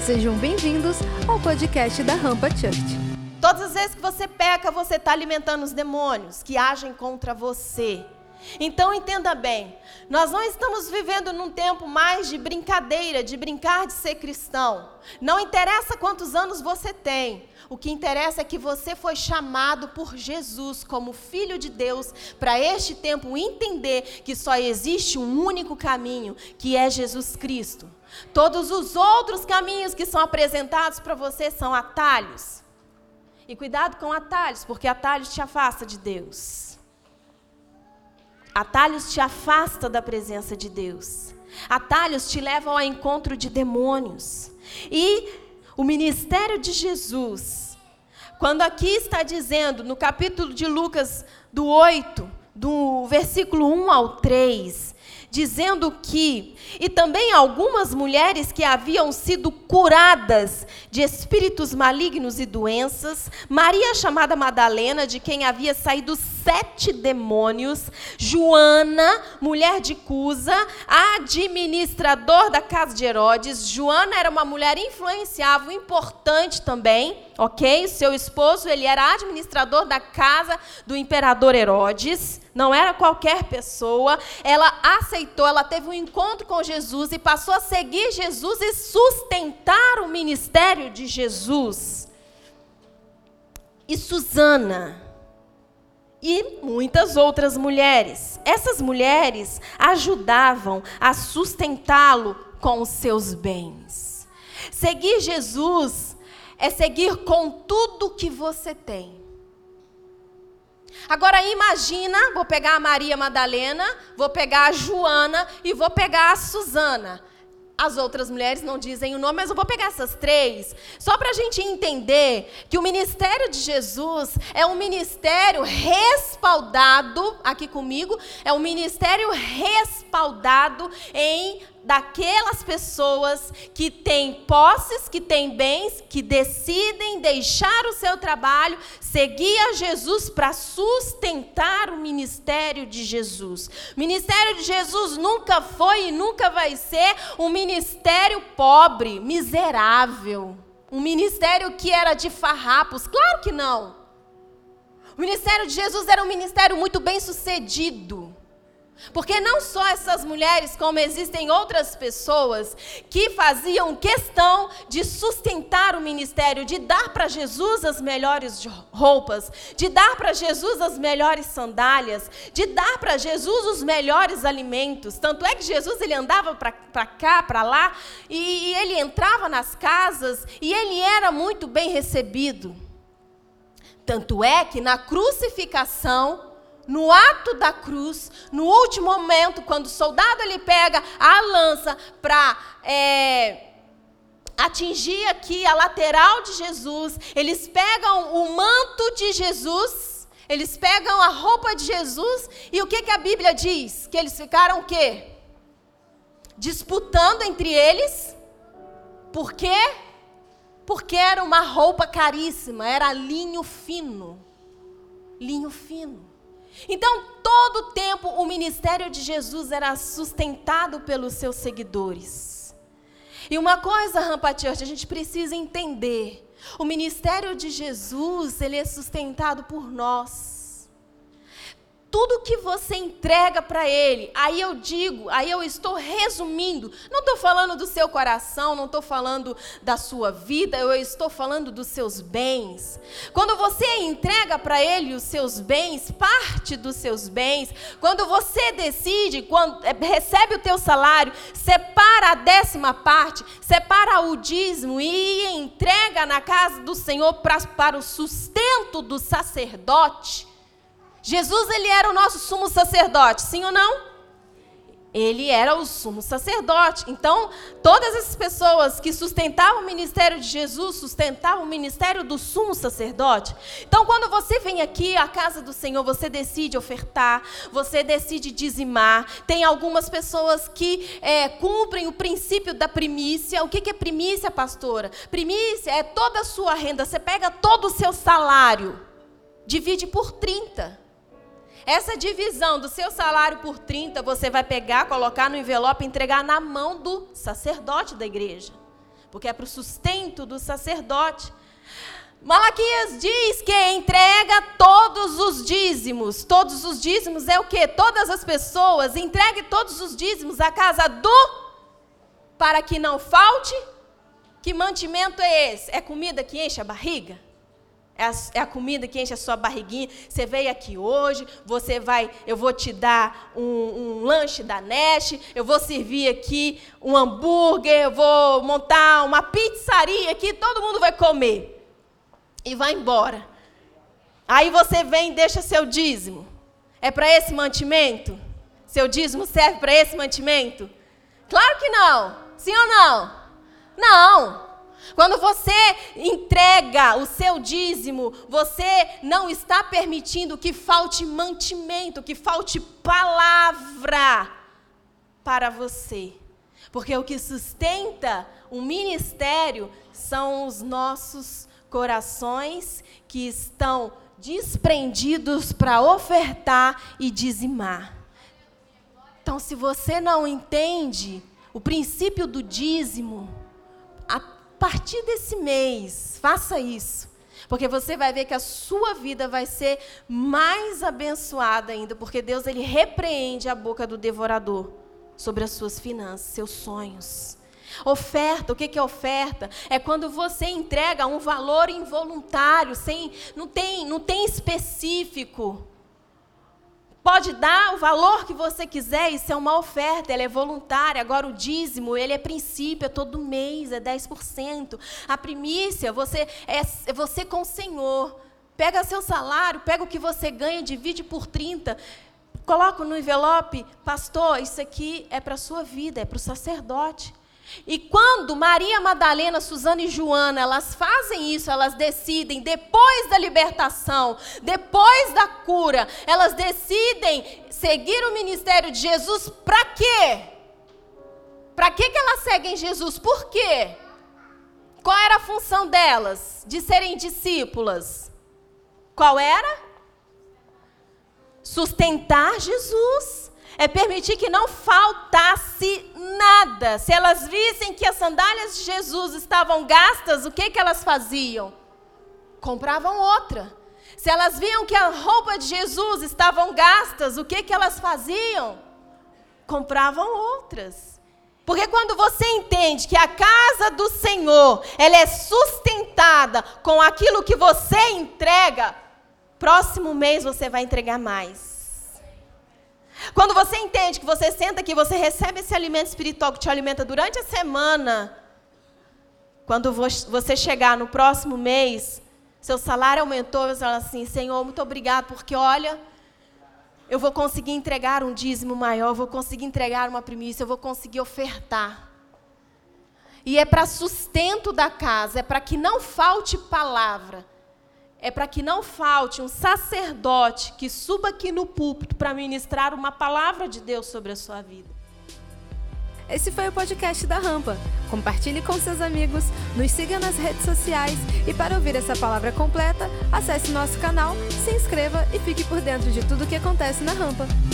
Sejam bem-vindos ao podcast da Rampa Church. Todas as vezes que você peca, você está alimentando os demônios que agem contra você. Então entenda bem, nós não estamos vivendo num tempo mais de brincadeira, de brincar de ser cristão. Não interessa quantos anos você tem. O que interessa é que você foi chamado por Jesus como filho de Deus para este tempo entender que só existe um único caminho, que é Jesus Cristo. Todos os outros caminhos que são apresentados para você são atalhos. E cuidado com atalhos, porque atalhos te afasta de Deus. Atalhos te afasta da presença de Deus. Atalhos te levam ao encontro de demônios. E o ministério de Jesus, quando aqui está dizendo, no capítulo de Lucas, do 8, do versículo 1 ao 3, dizendo que, e também algumas mulheres que haviam sido curadas de espíritos malignos e doenças, Maria chamada Madalena, de quem havia saído 7 demônios, Joana, mulher de Cusa, administrador da casa de Herodes. Joana era uma mulher influenciável, importante também, ok? Seu esposo, ele era administrador da casa do imperador Herodes, não era qualquer pessoa. Ela aceitou, ela teve um encontro com Jesus e passou a seguir Jesus e sustentar o ministério de Jesus. E Susana e muitas outras mulheres. Essas mulheres ajudavam a sustentá-lo com os seus bens. Seguir Jesus é seguir com tudo que você tem. Agora imagina, vou pegar a Maria Madalena, vou pegar a Joana e vou pegar a Susana. As outras mulheres não dizem o nome, mas eu vou pegar essas 3, só para a gente entender que o ministério de Jesus é um ministério respaldado, aqui comigo, é um ministério respaldado daquelas pessoas que têm posses, que têm bens, que decidem deixar o seu trabalho, seguir a Jesus para sustentar o ministério de Jesus. O ministério de Jesus nunca foi e nunca vai ser um ministério pobre, miserável, um ministério que era de farrapos, claro que não. O ministério de Jesus era um ministério muito bem sucedido. Porque não só essas mulheres, como existem outras pessoas que faziam questão de sustentar o ministério, de dar para Jesus as melhores roupas, de dar para Jesus as melhores sandálias, de dar para Jesus os melhores alimentos. Tanto é que Jesus ele andava para cá, para lá, e ele entrava nas casas e ele era muito bem recebido. Tanto é que na crucificação, no ato da cruz, no último momento, quando o soldado ele pega a lança para atingir aqui a lateral de Jesus, eles pegam o manto de Jesus, eles pegam a roupa de Jesus, e o que a Bíblia diz? Que eles ficaram o quê? Disputando entre eles. Por quê? Porque era uma roupa caríssima, era linho fino. Linho fino. Então, todo o tempo, o ministério de Jesus era sustentado pelos seus seguidores. E uma coisa, Rampa Church, a gente precisa entender. O ministério de Jesus, ele é sustentado por nós. Tudo que você entrega para Ele, aí eu estou resumindo, não estou falando do seu coração, não estou falando da sua vida, eu estou falando dos seus bens. Quando você entrega para Ele os seus bens, parte dos seus bens, quando você decide, quando recebe o teu salário, separa a 10ª parte, separa o dízimo e entrega na casa do Senhor para o sustento do sacerdote. Jesus, ele era o nosso sumo sacerdote, sim ou não? Ele era o sumo sacerdote. Então, todas essas pessoas que sustentavam o ministério de Jesus, sustentavam o ministério do sumo sacerdote. Então, quando você vem aqui à casa do Senhor, você decide ofertar, você decide dizimar. Tem algumas pessoas que cumprem o princípio da primícia. O que é primícia, pastora? Primícia é toda a sua renda. Você pega todo o seu salário, divide por 30. Essa divisão do seu salário por 30, você vai pegar, colocar no envelope e entregar na mão do sacerdote da igreja. porque é para o sustento do sacerdote. Malaquias diz que entrega todos os dízimos. Todos os dízimos é o quê? Todas as pessoas, entregue todos os dízimos à casa para que eu Que mantimento é esse? É comida que enche a barriga? É a comida que enche a sua barriguinha? Você veio aqui hoje, eu vou te dar um lanche da Nest, eu vou servir aqui um hambúrguer, eu vou montar uma pizzaria aqui, todo mundo vai comer. E vai embora. Aí você vem e deixa seu dízimo. É para esse mantimento? Seu dízimo serve para esse mantimento? Claro que não. Sim ou não? Não. Quando você entrega o seu dízimo, você não está permitindo que falte mantimento, que falte palavra para você. Porque o que sustenta o ministério são os nossos corações que estão desprendidos para ofertar e dizimar. Então, se você não entende o princípio do dízimo, a partir desse mês, faça isso. Porque você vai ver que a sua vida vai ser mais abençoada ainda, porque Deus ele repreende a boca do devorador sobre as suas finanças, seus sonhos. Oferta, o que é oferta? É quando você entrega um valor involuntário, não tem específico. Pode dar o valor que você quiser, isso é uma oferta, ela é voluntária. Agora o dízimo, ele é princípio, é todo mês, é 10%. A primícia, é você com o Senhor. Pega seu salário, pega o que você ganha, divide por 30, coloca no envelope, pastor, isso aqui é para a sua vida, é para o sacerdote. E quando Maria Madalena, Susana e Joana, elas fazem isso, elas decidem, depois da libertação, depois da cura, elas decidem seguir o ministério de Jesus, para quê? Para que elas seguem Jesus? Por quê? Qual era a função delas, de serem discípulas? Qual era? Sustentar Jesus. É permitir que não faltasse nada. Se elas vissem que as sandálias de Jesus estavam gastas, o que elas faziam? Compravam outra. Se elas viam que a roupa de Jesus estavam gastas, o que elas faziam? Compravam outras. Porque quando você entende que a casa do Senhor, ela é sustentada com aquilo que você entrega, próximo mês você vai entregar mais. Quando você entende que você senta aqui, você recebe esse alimento espiritual que te alimenta durante a semana, quando você chegar no próximo mês, seu salário aumentou, você fala assim, Senhor, muito obrigado, porque olha, eu vou conseguir entregar um dízimo maior, eu vou conseguir entregar uma primícia, eu vou conseguir ofertar. E é para sustento da casa, é para que não falte palavra. É para que não falte um sacerdote que suba aqui no púlpito para ministrar uma palavra de Deus sobre a sua vida. Esse foi o podcast da Rampa. Compartilhe com seus amigos, nos siga nas redes sociais e para ouvir essa palavra completa, acesse nosso canal, se inscreva e fique por dentro de tudo o que acontece na Rampa.